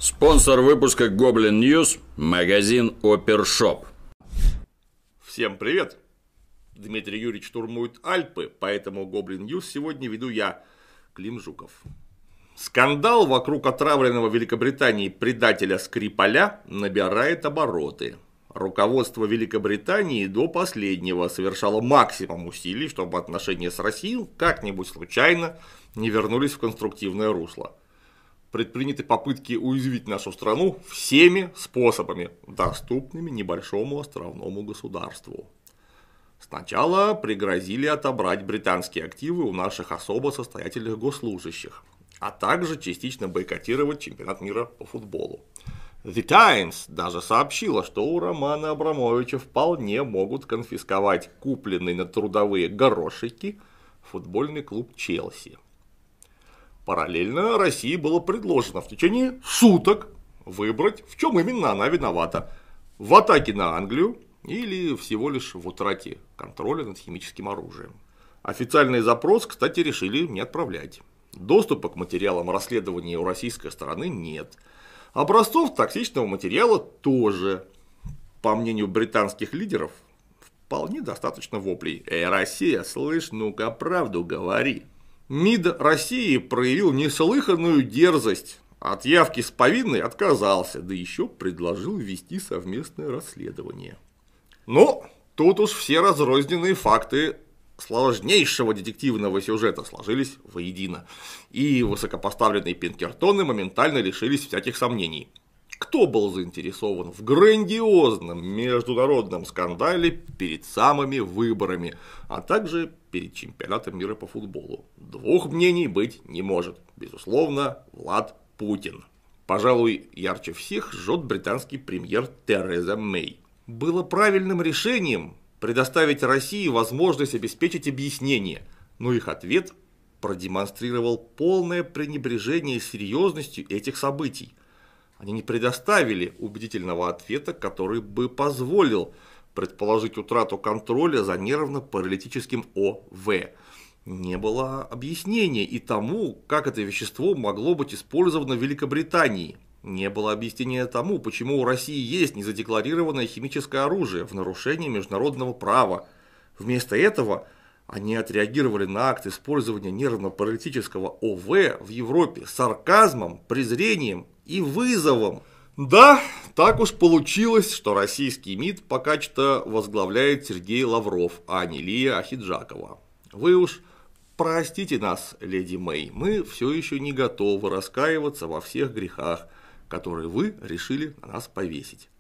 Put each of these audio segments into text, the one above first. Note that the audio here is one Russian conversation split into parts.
Спонсор выпуска Goblin News – магазин Опершоп. Всем привет! Дмитрий Юрьевич штурмует Альпы, поэтому Goblin News сегодня веду я, Клим Жуков. Скандал вокруг отравленного в Великобритании предателя Скрипаля набирает обороты. Руководство Великобритании до последнего совершало максимум усилий, чтобы отношения с Россией как-нибудь случайно не вернулись в конструктивное русло. Предприняты попытки уязвить нашу страну всеми способами, доступными небольшому островному государству. Сначала пригрозили отобрать британские активы у наших особо состоятельных госслужащих, а также частично бойкотировать чемпионат мира по футболу. The Times даже сообщила, что у Романа Абрамовича вполне могут конфисковать купленный на трудовые горошики футбольный клуб Челси. Параллельно России было предложено в течение суток выбрать, в чем именно она виновата. В атаке на Англию или всего лишь в утрате контроля над химическим оружием. Официальный запрос, кстати, решили не отправлять. Доступа к материалам расследования у российской стороны нет. Образцов токсичного материала тоже. По мнению британских лидеров, вполне достаточно воплей. Россия, слышь, ну-ка правду говори. МИД России проявил неслыханную дерзость. От явки с повинной отказался, да еще предложил вести совместное расследование. Но тут уж все разрозненные факты сложнейшего детективного сюжета сложились воедино. И высокопоставленные Пинкертоны моментально лишились всяких сомнений. Кто был заинтересован в грандиозном международном скандале перед самыми выборами, а также перед чемпионатом мира по футболу? Двух мнений быть не может. Безусловно, Влад Путин. Пожалуй, ярче всех жжет британский премьер Тереза Мэй. Было правильным решением предоставить России возможность обеспечить объяснение, но их ответ продемонстрировал полное пренебрежение серьезностью этих событий. Они не предоставили убедительного ответа, который бы позволил предположить утрату контроля за нервно-паралитическим ОВ. Не было объяснения и тому, как это вещество могло быть использовано в Великобритании. Не было объяснения тому, почему у России есть незадекларированное химическое оружие в нарушении международного права. Вместо этого они отреагировали на акт использования нервно-паралитического ОВ в Европе с сарказмом, презрением и вызовом. Да, так уж получилось, что российский МИД пока что возглавляет Сергей Лавров, а не Лия Ахеджакова. Вы уж простите нас, леди Мэй, мы все еще не готовы раскаиваться во всех грехах, которые вы решили на нас повесить.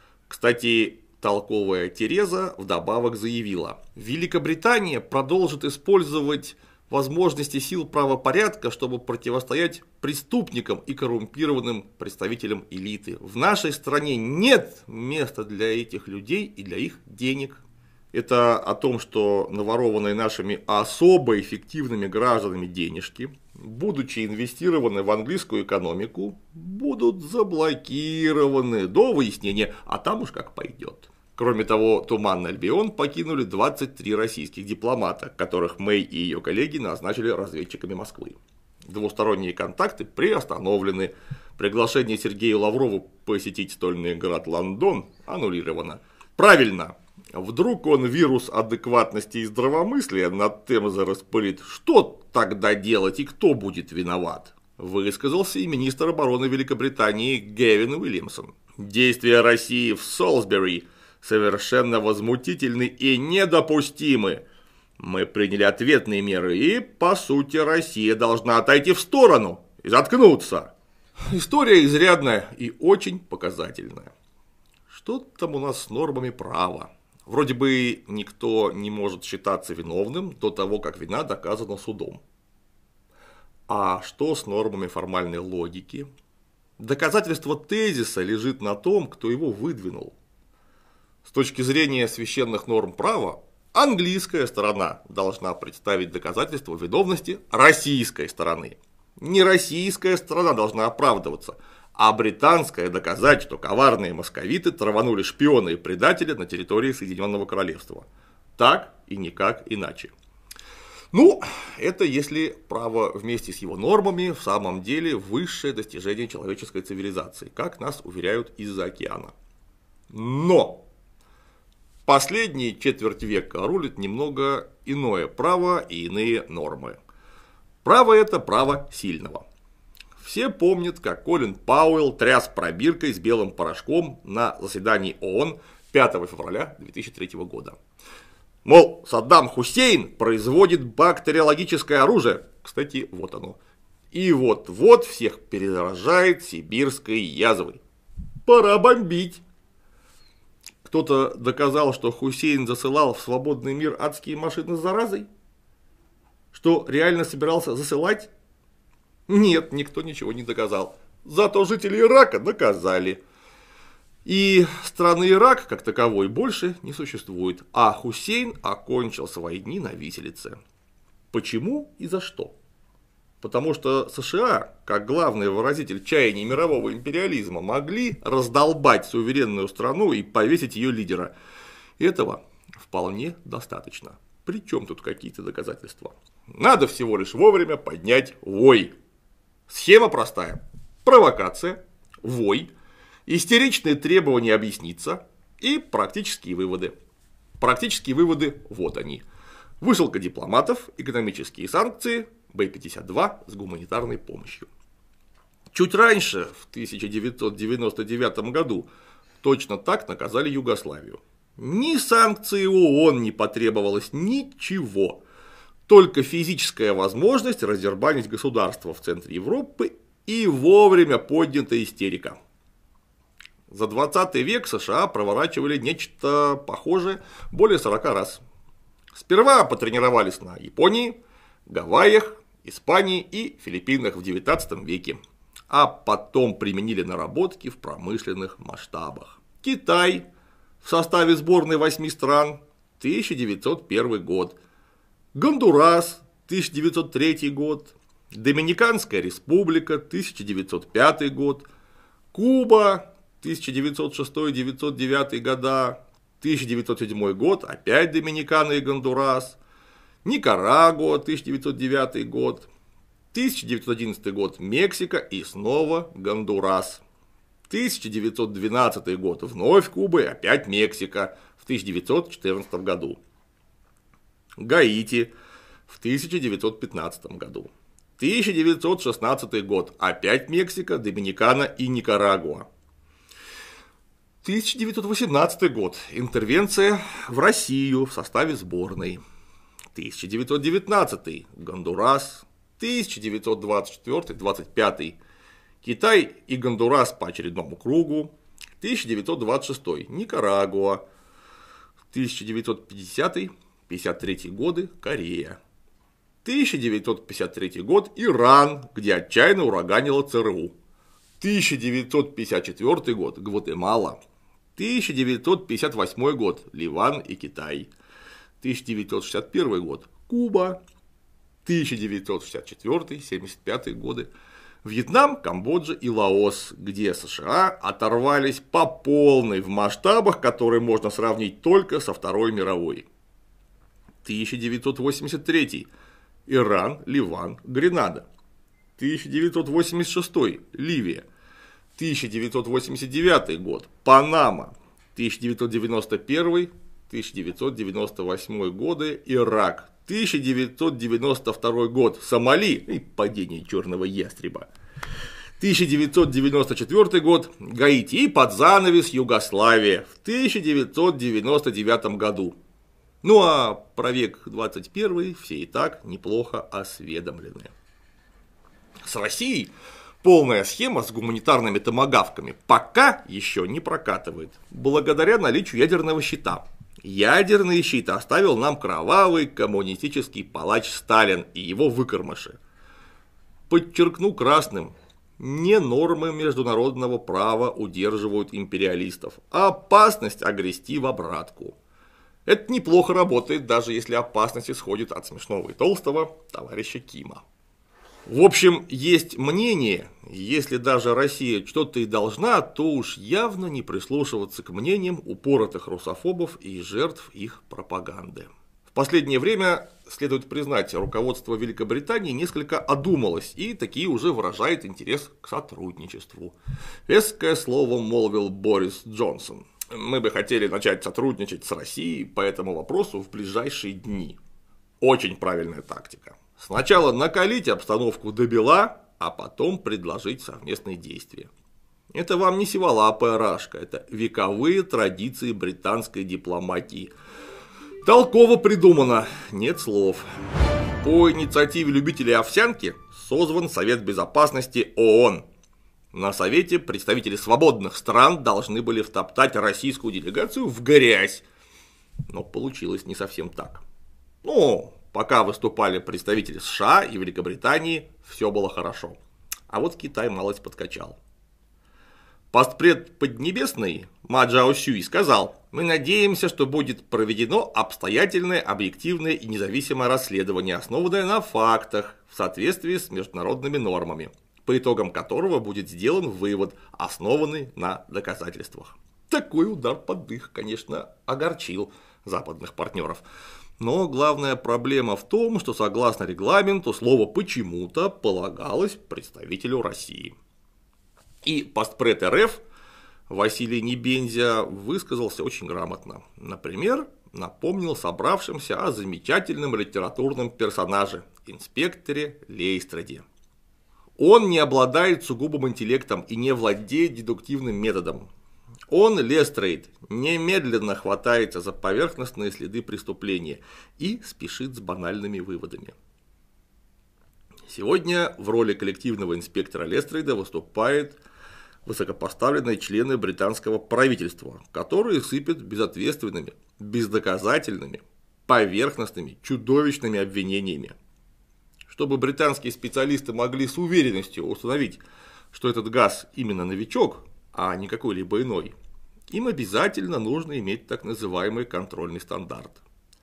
Кстати, толковая Тереза вдобавок заявила: Великобритания продолжит использовать возможности сил правопорядка, чтобы противостоять преступникам и коррумпированным представителям элиты. В нашей стране нет места для этих людей и для их денег. Это о том, что наворованные нашими особо эффективными гражданами денежки, будучи инвестированы в английскую экономику, будут заблокированы до выяснения, а там уж как пойдет. Кроме того, Туманный Альбион покинули 23 российских дипломата, которых Мэй и ее коллеги назначили разведчиками Москвы. Двусторонние контакты приостановлены. Приглашение Сергею Лаврову посетить стольный город Лондон аннулировано. Правильно. Вдруг он вирус адекватности и здравомыслия над Темзой распылит. Что тогда делать и кто будет виноват? Высказался и министр обороны Великобритании Гэвин Уильямсон. Действия России в Солсбери совершенно возмутительны и недопустимы. Мы приняли ответные меры, и, по сути, Россия должна отойти в сторону и заткнуться. История изрядная и очень показательная. Что там у нас с нормами права? Вроде бы никто не может считаться виновным до того, как вина доказана судом. А что с нормами формальной логики? Доказательство тезиса лежит на том, кто его выдвинул. С точки зрения священных норм права, английская сторона должна представить доказательства виновности российской стороны. Не российская сторона должна оправдываться, а британская доказать, что коварные московиты траванули шпиона и предателя на территории Соединенного Королевства. Так и никак иначе. Ну, это если право вместе с его нормами в самом деле высшее достижение человеческой цивилизации, как нас уверяют из-за океана. Но последние четверть века рулит немного иное право и иные нормы. Право это право сильного. Все помнят, как Колин Пауэлл тряс пробиркой с белым порошком на заседании ООН 5 февраля 2003 года. Мол, Саддам Хусейн производит бактериологическое оружие. Кстати, вот оно. И вот-вот всех перезаражает сибирской язвой. Пора бомбить. Кто-то доказал, что Хусейн засылал в свободный мир адские машины с заразой? Что реально собирался засылать? Нет, никто ничего не доказал. Зато жители Ирака доказали. И страны Ирак, как таковой, больше не существует. А Хусейн окончил свои дни на виселице. Почему и за что? Потому что США, как главный выразитель чаяний мирового империализма, могли раздолбать суверенную страну и повесить ее лидера. Этого вполне достаточно. Причем тут какие-то доказательства? Надо всего лишь вовремя поднять вой. Схема простая. Провокация, вой, истеричные требования объясниться и практические выводы. Практические выводы вот они. Высылка дипломатов, экономические санкции, Б-52 с гуманитарной помощью. Чуть раньше, в 1999 году, точно так наказали Югославию. Ни санкций ООН не потребовалось, ничего. Только физическая возможность раздербанить государство в центре Европы и вовремя поднятая истерика. За 20 век США проворачивали нечто похожее более 40 раз. Сперва потренировались на Японии, Гавайях, Испании и Филиппинах в 19 веке, а потом применили наработки в промышленных масштабах. Китай в составе сборной 8 стран, 1901 год. Гондурас, 1903 год. Доминиканская республика, 1905 год. Куба, 1906-1909 года. 1907 год, опять Доминикана и Гондурас. Никарагуа, 1909 год. 1911 год, Мексика и снова Гондурас. 1912 год, вновь Куба и опять Мексика в 1914 году. Гаити в 1915 году. 1916 год, опять Мексика, Доминикана и Никарагуа. 1918 год, интервенция в Россию в составе сборной. 1919 Гондурас. 1924-25 Китай и Гондурас по очередному кругу. 1926 Никарагуа. 1950-53 годы Корея. 1953 год Иран, где отчаянно ураганило ЦРУ. 1954 год Гватемала. 1958 год Ливан и Китай. 1961 год Куба. 1964-75 годы Вьетнам, Камбоджа и Лаос, где США оторвались по полной в масштабах, которые можно сравнить только со Второй мировой. 1983 Иран, Ливан, Гренада. 1986 Ливия. 1989 год Панама. 1991-1998 годы Ирак. 1992 год Сомали и падение черного ястреба. 1994 год Гаити и под занавес Югославия в 1999 году. Ну а про век 21 все и так неплохо осведомлены. С Россией полная схема с гуманитарными томагавками пока еще не прокатывает, благодаря наличию ядерного щита. Ядерный щит оставил нам кровавый коммунистический палач Сталин и его выкормыши. Подчеркну красным, не нормы международного права удерживают империалистов, а опасность огрести в обратку. Это неплохо работает, даже если опасность исходит от смешного и толстого товарища Кима. В общем, есть мнение, если даже Россия что-то и должна, то уж явно не прислушиваться к мнениям упоротых русофобов и жертв их пропаганды. В последнее время, следует признать, руководство Великобритании несколько одумалось и таки уже выражает интерес к сотрудничеству. Веское слово молвил Борис Джонсон. Мы бы хотели начать сотрудничать с Россией по этому вопросу в ближайшие дни. Очень правильная тактика. Сначала накалить обстановку до бела, а потом предложить совместные действия. Это вам не сиволапая рашка, это вековые традиции британской дипломатии. Толково придумано, нет слов. По инициативе любителей овсянки созван Совет Безопасности ООН. На Совете представители свободных стран должны были втоптать российскую делегацию в грязь. Но получилось не совсем так. Пока выступали представители США и Великобритании, все было хорошо. А вот Китай малость подкачал. Постпред Поднебесной Ма Джаосюй сказал: мы надеемся, что будет проведено обстоятельное, объективное и независимое расследование, основанное на фактах, в соответствии с международными нормами, по итогам которого будет сделан вывод, основанный на доказательствах. Такой удар под дых, конечно, огорчил западных партнеров. Но главная проблема в том, что согласно регламенту слово почему-то полагалось представителю России. И постпред РФ Василий Небензя высказался очень грамотно. Например, напомнил собравшимся о замечательном литературном персонаже, инспекторе Лейстраде. Он не обладает сугубым интеллектом и не владеет дедуктивным методом. Он, Лестрейд, немедленно хватается за поверхностные следы преступления и спешит с банальными выводами. Сегодня в роли коллективного инспектора Лестрейда выступают высокопоставленные члены британского правительства, которые сыпят безответственными, бездоказательными, поверхностными, чудовищными обвинениями. Чтобы британские специалисты могли с уверенностью установить, что этот газ именно новичок, а не какой-либо иной, им обязательно нужно иметь так называемый контрольный стандарт.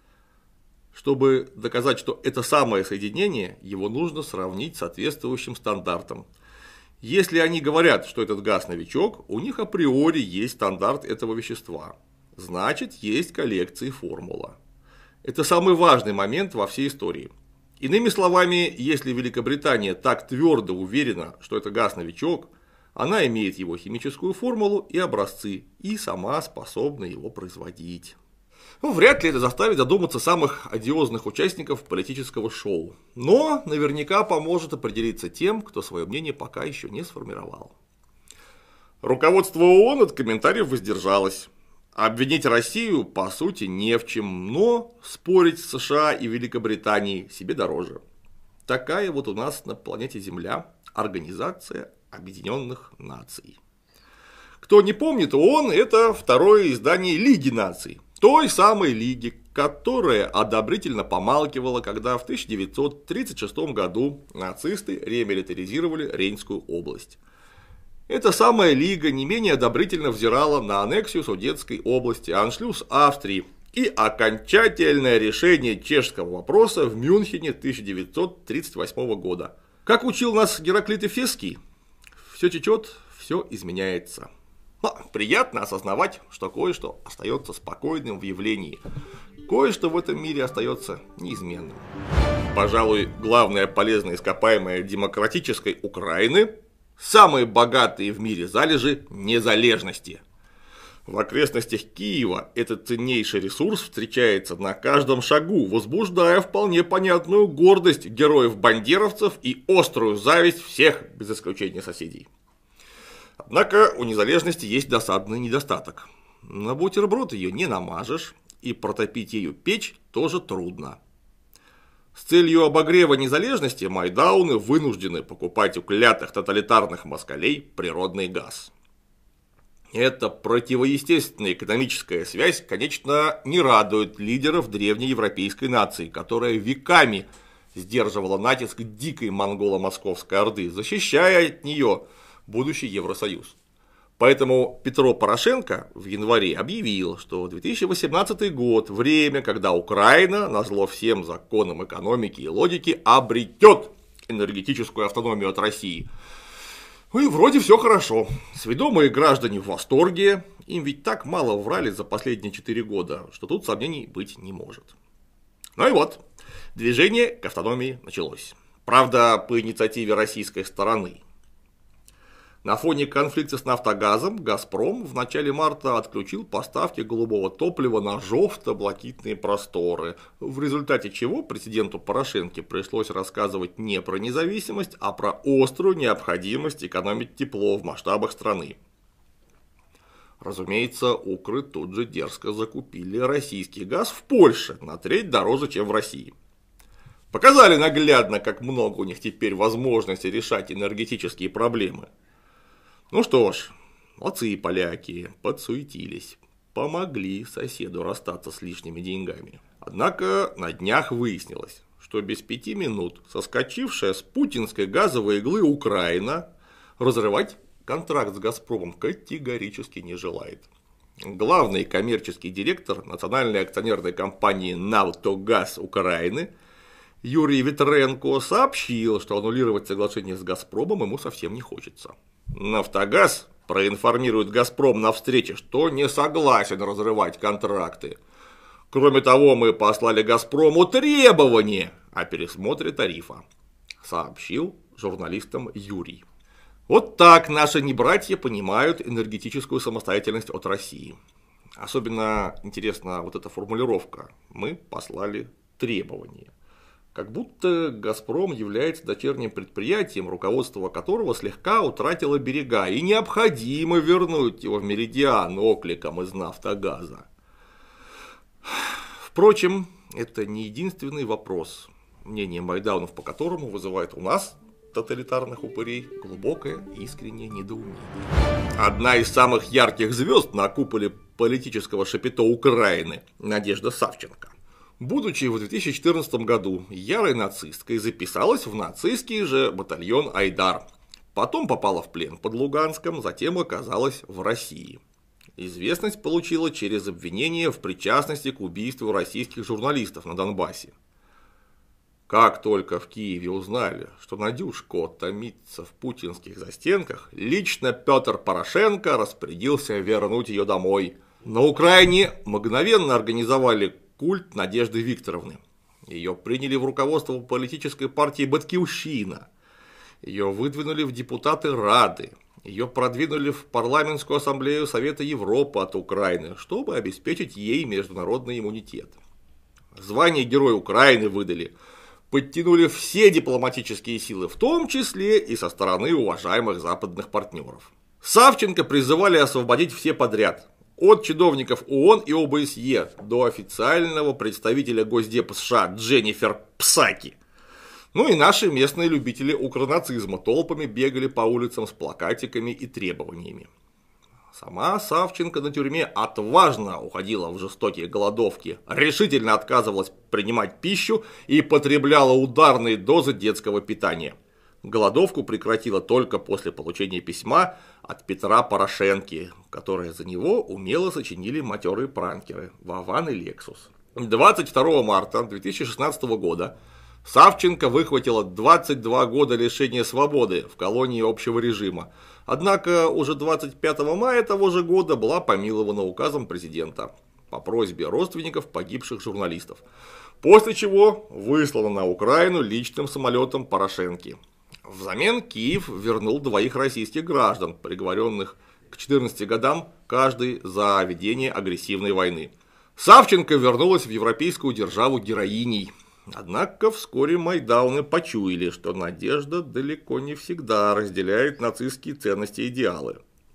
Чтобы доказать, что это самое соединение, его нужно сравнить с соответствующим стандартом. Если они говорят, что этот газ новичок, у них априори есть стандарт этого вещества. Значит, есть коллекция и формула. Это самый важный момент во всей истории. Иными словами, если Великобритания так твердо уверена, что это газ новичок, она имеет его химическую формулу и образцы, и сама способна его производить. Вряд ли это заставит задуматься самых одиозных участников политического шоу, но наверняка поможет определиться тем, кто свое мнение пока еще не сформировал. Руководство ООН от комментариев воздержалось. Обвинить Россию, по сути, не в чем, но спорить с США и Великобританией себе дороже. Такая вот у нас на планете Земля Организация Объединенных Наций. Кто не помнит, ООН – это второе издание Лиги Наций. Той самой лиги, которая одобрительно помалкивала, когда в 1936 году нацисты ремилитаризировали Рейнскую область. Эта самая лига не менее одобрительно взирала на аннексию Судетской области, аншлюз Австрии и окончательное решение чешского вопроса в Мюнхене 1938 года. Как учил нас Гераклит Эфесский, все течет, все изменяется. Но приятно осознавать, что кое-что остается спокойным в явлении, кое-что в этом мире остается неизменным. Пожалуй, главное полезное ископаемое демократической Украины – самые богатые в мире залежи незалежности. В окрестностях Киева этот ценнейший ресурс встречается на каждом шагу, возбуждая вполне понятную гордость героев-бандеровцев и острую зависть всех, без исключения соседей. Однако у незалежности есть досадный недостаток. На бутерброд ее не намажешь, и протопить ею печь тоже трудно. С целью обогрева незалежности майдауны вынуждены покупать у клятых тоталитарных москалей природный газ. Эта противоестественная экономическая связь, конечно, не радует лидеров древнеевропейской нации, которая веками сдерживала натиск дикой монголо-московской орды, защищая от нее будущий Евросоюз. Поэтому Петро Порошенко в январе объявил, что 2018 год – время, когда Украина, назло всем законам экономики и логики, обретет энергетическую автономию от России. И вроде все хорошо. Сведомые граждане в восторге, им ведь так мало врали за последние 4 года, что тут сомнений быть не может. Ну и вот, движение к автономии началось. Правда, по инициативе российской стороны. На фоне конфликта с «Нафтогазом» «Газпром» в начале марта отключил поставки голубого топлива на жовто-блакитные просторы, в результате чего президенту Порошенко пришлось рассказывать не про независимость, а про острую необходимость экономить тепло в масштабах страны. Разумеется, укры тут же дерзко закупили российский газ в Польше на треть дороже, чем в России. Показали наглядно, как много у них теперь возможностей решать энергетические проблемы. Ну что ж, молодцы поляки, подсуетились, помогли соседу расстаться с лишними деньгами. Однако на днях выяснилось, что без 5 минут соскочившая с путинской газовой иглы Украина разрывать контракт с «Газпромом» категорически не желает. Главный коммерческий директор национальной акционерной компании «Нафтогаз Украины» Юрий Витренко сообщил, что аннулировать соглашение с «Газпромом» ему совсем не хочется. «Нафтогаз» проинформирует «Газпром» на встрече, что не согласен разрывать контракты. Кроме того, мы послали «Газпрому» требование о пересмотре тарифа, сообщил журналистам Юрий. Вот так наши небратья понимают энергетическую самостоятельность от России. Особенно интересна вот эта формулировка «мы послали требования». Как будто «Газпром» является дочерним предприятием, руководство которого слегка утратило берега, и необходимо вернуть его в меридиан окликом из «Нафтогаза». Впрочем, это не единственный вопрос, мнение майдаунов по которому вызывает у нас, тоталитарных упырей, глубокое искреннее недоумение. Одна из самых ярких звезд на куполе политического шапито Украины – Надежда Савченко. Будучи в 2014 году ярой нацисткой, записалась в нацистский же батальон «Айдар». Потом попала в плен под Луганском, затем оказалась в России. Известность получила через обвинение в причастности к убийству российских журналистов на Донбассе. Как только в Киеве узнали, что Надюшка томится в путинских застенках, лично Петр Порошенко распорядился вернуть ее домой. На Украине мгновенно организовали культ Надежды Викторовны. Ее приняли в руководство политической партии «Батьківщина». Ее выдвинули в депутаты Рады. Ее продвинули в парламентскую ассамблею Совета Европы от Украины, чтобы обеспечить ей международный иммунитет. Звание Героя Украины выдали. Подтянули все дипломатические силы, в том числе и со стороны уважаемых западных партнеров. Савченко призывали освободить все подряд. От чиновников ООН и ОБСЕ до официального представителя Госдепа США Дженнифер Псаки. Ну и наши местные любители укронацизма толпами бегали по улицам с плакатиками и требованиями. Сама Савченко на тюрьме отважно уходила в жестокие голодовки, решительно отказывалась принимать пищу и потребляла ударные дозы детского питания. Голодовку прекратила только после получения письма от Петра Порошенки, которое за него умело сочинили матерые пранкеры Вован и Лексус. 22 марта 2016 года Савченко выхватила 22 года лишения свободы в колонии общего режима, однако уже 25 мая того же года была помилована указом президента по просьбе родственников погибших журналистов, после чего выслана на Украину личным самолетом Порошенки. Взамен Киев вернул 2 российских граждан, приговоренных к 14 годам каждый за ведение агрессивной войны. Савченко вернулась в европейскую державу героиней. Однако вскоре майдауны почуяли, что Надежда далеко не всегда разделяет нацистские ценности и идеалы.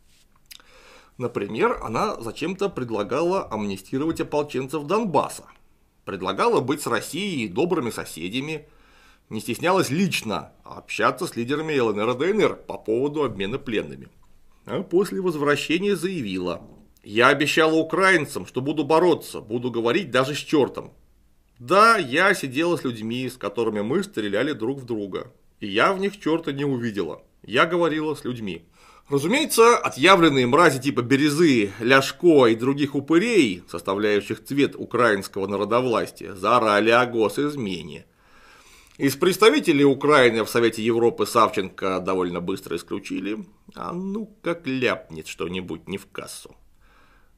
Например, она зачем-то предлагала амнистировать ополченцев Донбасса, предлагала быть с Россией добрыми соседями, не стеснялась лично общаться с лидерами ЛНР и ДНР по поводу обмена пленными. А после возвращения заявила: «Я обещала украинцам, что буду бороться, буду говорить даже с чертом. Да, я сидела с людьми, с которыми мы стреляли друг в друга, и я в них черта не увидела. Я говорила с людьми». Разумеется, отъявленные мрази типа Березы, Ляшко и других упырей, составляющих цвет украинского народовластия, заорали о госизмене. Из представителей Украины в Совете Европы Савченко довольно быстро исключили, а ну как ляпнет что-нибудь не в кассу.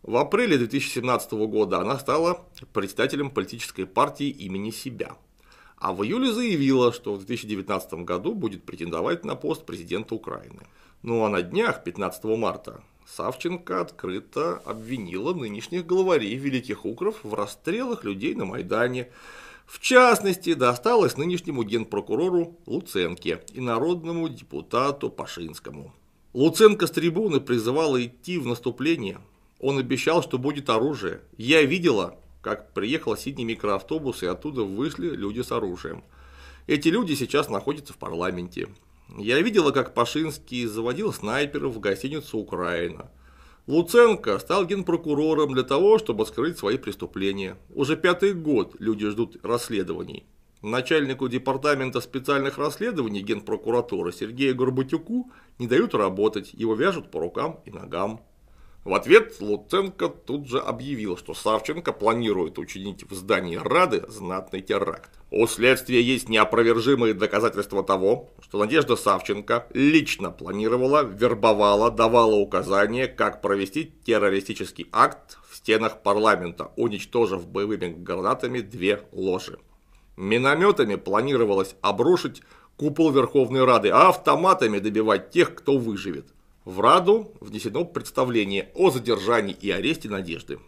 В апреле 2017 года она стала председателем политической партии имени себя. А в июле заявила, что в 2019 году будет претендовать на пост президента Украины. Ну а на днях, 15 марта, Савченко открыто обвинила нынешних главарей великих укров в расстрелах людей на Майдане. В частности, досталось нынешнему генпрокурору Луценке и народному депутату Пашинскому. Луценко с трибуны призывала идти в наступление. Он обещал, что будет оружие. Я видела, как приехал синий микроавтобус, и оттуда вышли люди с оружием. Эти люди сейчас находятся в парламенте. Я видела, как Пашинский заводил снайперов в гостиницу «Украина». Луценко стал генпрокурором для того, чтобы скрыть свои преступления. Уже 5-й год люди ждут расследований. Начальнику департамента специальных расследований Генпрокуратуры Сергею Горбатюку не дают работать, его вяжут по рукам и ногам. В ответ Луценко тут же объявил, что Савченко планирует учинить в здании Рады знатный теракт. У следствия есть неопровержимые доказательства того, что Надежда Савченко лично планировала, вербовала, давала указания, как провести террористический акт в стенах парламента, уничтожив боевыми гранатами 2 ложи. Минометами планировалось обрушить купол Верховной Рады, а автоматами добивать тех, кто выживет. В Раду внесено представление о задержании и аресте Надежды.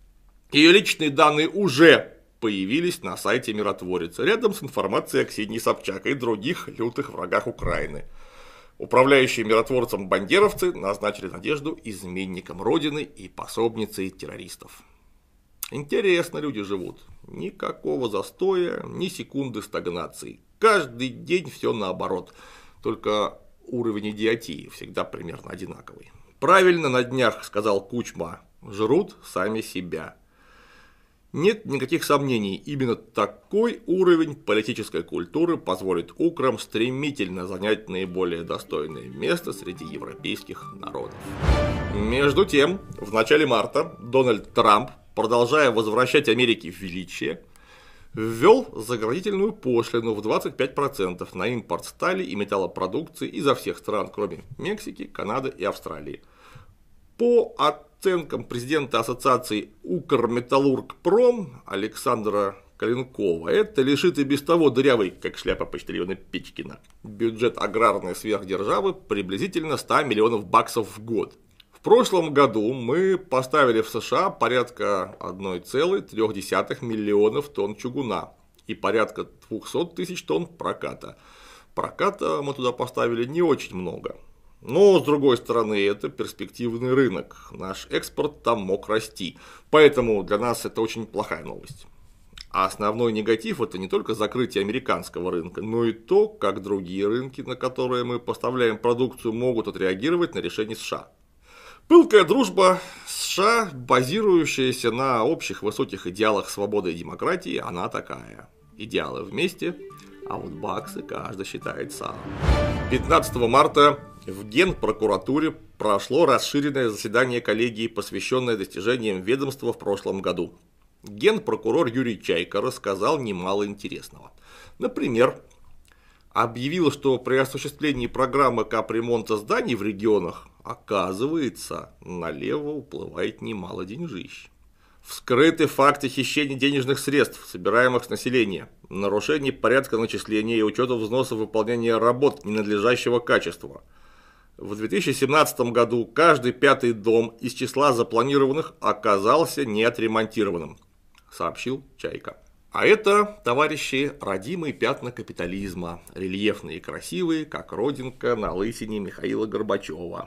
Ее личные данные уже появились на сайте Миротворец, рядом с информацией о Ксении Собчак и других лютых врагах Украины. Управляющие Миротворцем бандеровцы назначили Надежду изменником Родины и пособницей террористов. Интересно люди живут. Никакого застоя, ни секунды стагнации. Каждый день все наоборот. Только уровень идиотии всегда примерно одинаковый. Правильно на днях сказал Кучма: жрут сами себя. Нет никаких сомнений, именно такой уровень политической культуры позволит украм стремительно занять наиболее достойное место среди европейских народов. Между тем, в начале марта Дональд Трамп, продолжая возвращать Америке величие, ввел заградительную пошлину в 25% на импорт стали и металлопродукции изо всех стран, кроме Мексики, Канады и Австралии. По оценкам президента ассоциации Укрметаллургпром Александра Калинкова, это лишит и без того дырявый, как шляпа почтальона Печкина, бюджет аграрной сверхдержавы приблизительно $100 миллионов в год. В прошлом году мы поставили в США порядка 1,3 миллионов тонн чугуна и порядка 200 тысяч тонн проката. Проката мы туда поставили не очень много. Но, с другой стороны, это перспективный рынок. Наш экспорт там мог расти. Поэтому для нас это очень плохая новость. А основной негатив — это не только закрытие американского рынка, но и то, как другие рынки, на которые мы поставляем продукцию, могут отреагировать на решение США. Пылкая дружба США, базирующаяся на общих высоких идеалах свободы и демократии, она такая. Идеалы вместе, а вот баксы каждый считает сам. 15 марта в Генпрокуратуре прошло расширенное заседание коллегии, посвященное достижениям ведомства в прошлом году. Генпрокурор Юрий Чайка рассказал немало интересного. Например, объявил, что при осуществлении программы капремонта зданий в регионах, оказывается, налево уплывает немало деньжищ. Вскрыты факты хищения денежных средств, собираемых с населения, нарушений порядка начисления и учета взносов выполнения работ ненадлежащего качества. В 2017 году каждый 5-й дом из числа запланированных оказался неотремонтированным, сообщил Чайка. А это, товарищи, родимые пятна капитализма, рельефные и красивые, как родинка на лысине Михаила Горбачева.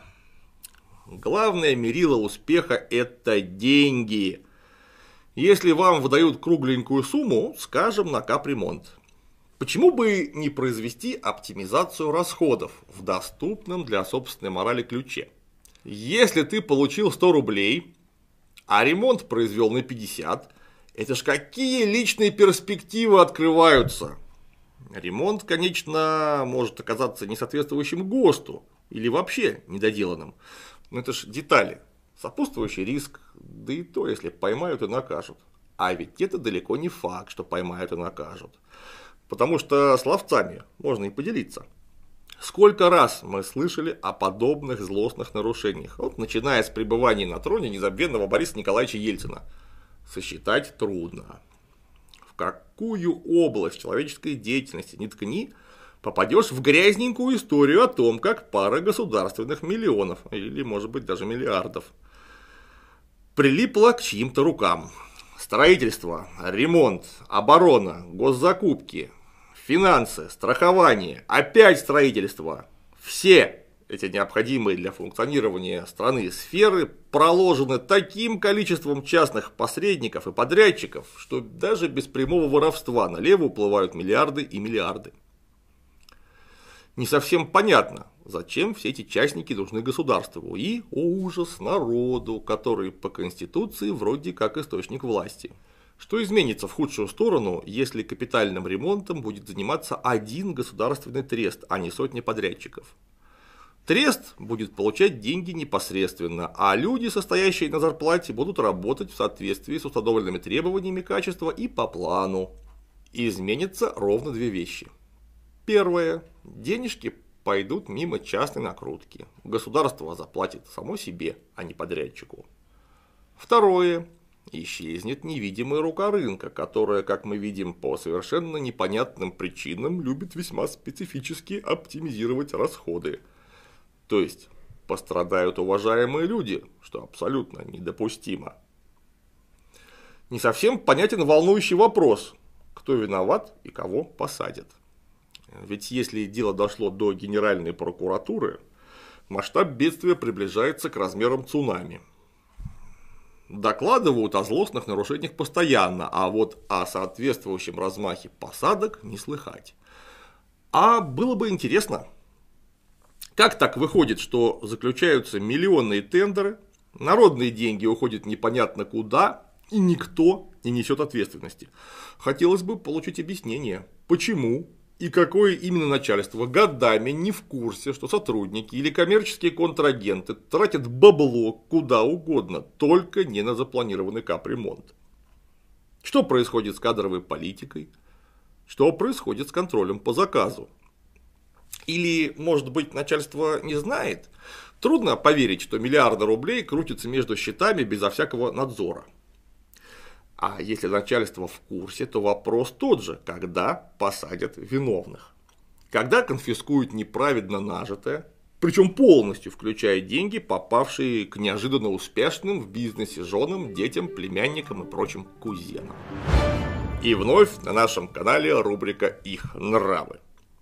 Главное мерило успеха – это деньги. Если вам выдают кругленькую сумму, скажем, на капремонт, почему бы не произвести оптимизацию расходов в доступном для собственной морали ключе? Если ты получил 100 рублей, а ремонт произвел на 50, это ж какие личные перспективы открываются? Ремонт, конечно, может оказаться несоответствующим ГОСТу или вообще недоделанным. Но это ж детали, сопутствующий риск, да и то, если поймают и накажут. А ведь это далеко не факт, что поймают и накажут. Потому что словцами можно и поделиться. Сколько раз мы слышали о подобных злостных нарушениях, вот, начиная с пребывания на троне незабвенного Бориса Николаевича Ельцина. Сосчитать трудно. В какую область человеческой деятельности ни ткни, попадешь в грязненькую историю о том, как пара государственных миллионов, или, может быть, даже миллиардов, прилипла к чьим-то рукам. Строительство, ремонт, оборона, госзакупки, финансы, страхование, опять строительство. Все эти необходимые для функционирования страны сферы проложены таким количеством частных посредников и подрядчиков, что даже без прямого воровства налево уплывают миллиарды и миллиарды. Не совсем понятно, зачем все эти частники нужны государству и, о ужас, народу, который по Конституции вроде как источник власти. Что изменится в худшую сторону, если капитальным ремонтом будет заниматься один государственный трест, а не сотни подрядчиков? Трест будет получать деньги непосредственно, а люди, состоящие на зарплате, будут работать в соответствии с установленными требованиями качества и по плану. И изменится ровно две вещи. Первое. Денежки пойдут мимо частной накрутки. Государство заплатит само себе, а не подрядчику. Второе. Исчезнет невидимая рука рынка, которая, как мы видим, по совершенно непонятным причинам любит весьма специфически оптимизировать расходы. То есть пострадают уважаемые люди, что абсолютно недопустимо. Не совсем понятен волнующий вопрос, кто виноват и кого посадят. Ведь если дело дошло до Генеральной прокуратуры, масштаб бедствия приближается к размерам цунами. Докладывают о злостных нарушениях постоянно, а вот о соответствующем размахе посадок не слыхать. А было бы интересно, как так выходит, что заключаются миллионные тендеры, народные деньги уходят непонятно куда, и никто не несет ответственности. Хотелось бы получить объяснение, почему и какое именно начальство годами не в курсе, что сотрудники или коммерческие контрагенты тратят бабло куда угодно, только не на запланированный капремонт. Что происходит с кадровой политикой? Что происходит с контролем по заказу? Или, может быть, начальство не знает? Трудно поверить, что миллиарды рублей крутятся между счетами безо всякого надзора. А если начальство в курсе, то вопрос тот же, когда посадят виновных. Когда конфискуют неправедно нажитое, причем полностью включая деньги, попавшие к неожиданно успешным в бизнесе женам, детям, племянникам и прочим кузенам. И вновь на нашем канале рубрика «Их нравы».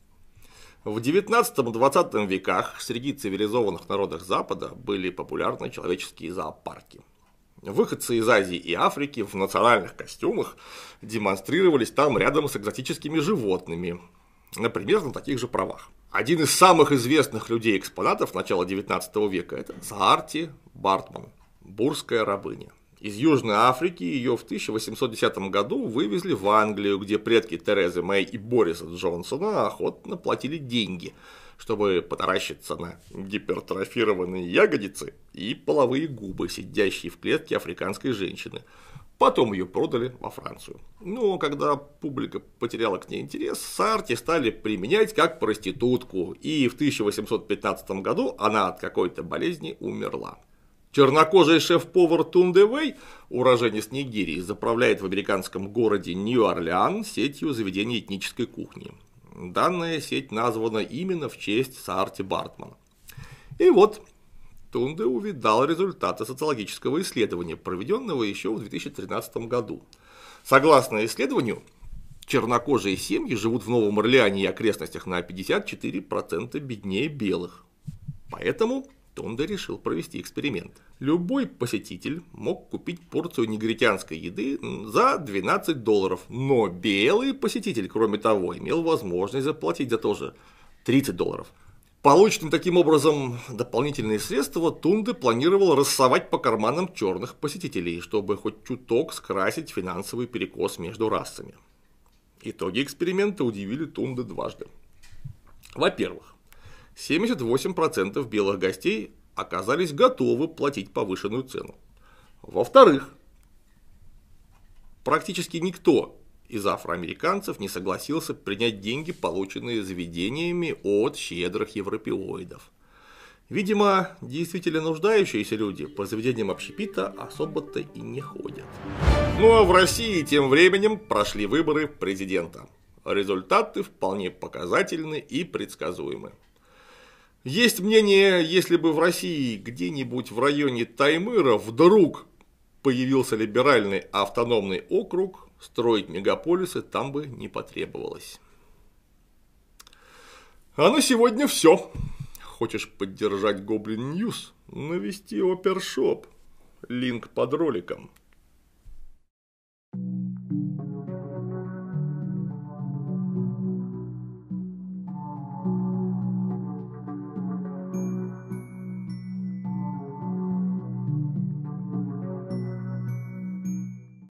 В 19-20 веках среди цивилизованных народов Запада были популярны человеческие зоопарки. Выходцы из Азии и Африки в национальных костюмах демонстрировались там рядом с экзотическими животными, например, на таких же правах. Один из самых известных людей-экспонатов начала 19 века – это Саарти Бартман, бурская рабыня. Из Южной Африки ее в 1810 году вывезли в Англию, где предки Терезы Мэй и Бориса Джонсона охотно платили деньги, чтобы потаращиться на гипертрофированные ягодицы и половые губы, сидящие в клетке африканской женщины. Потом ее продали во Францию. Но когда публика потеряла к ней интерес, Саарти стали применять как проститутку, и в 1815 году она от какой-то болезни умерла. Чернокожий шеф-повар Тунде Вэй, уроженец Нигерии, заправляет в американском городе Нью-Орлеан сетью заведений этнической кухни. Данная сеть названа именно в честь Саарти Бартмана. И вот Тунде увидал результаты социологического исследования, проведенного еще в 2013 году. Согласно исследованию, чернокожие семьи живут в Новом Орлеане и окрестностях на 54% беднее белых. Поэтому Тунде решил провести эксперимент. Любой посетитель мог купить порцию негритянской еды за $12, но белый посетитель, кроме того, имел возможность заплатить за то же $30. Полученные таким образом дополнительные средства Тунде планировал рассовать по карманам черных посетителей, чтобы хоть чуток скрасить финансовый перекос между расами. Итоги эксперимента удивили Тунде дважды. Во-первых, 78% белых гостей оказались готовы платить повышенную цену. Во-вторых, практически никто из афроамериканцев не согласился принять деньги, полученные заведениями от щедрых европеоидов. Видимо, действительно нуждающиеся люди по заведениям общепита особо-то и не ходят. Ну а в России тем временем прошли выборы президента. Результаты вполне показательны и предсказуемы. Есть мнение, если бы в России где-нибудь в районе Таймыра вдруг появился либеральный автономный округ, строить мегаполисы там бы не потребовалось. А на сегодня все. Хочешь поддержать Гоблин Ньюс? Навести опершоп. Линк под роликом.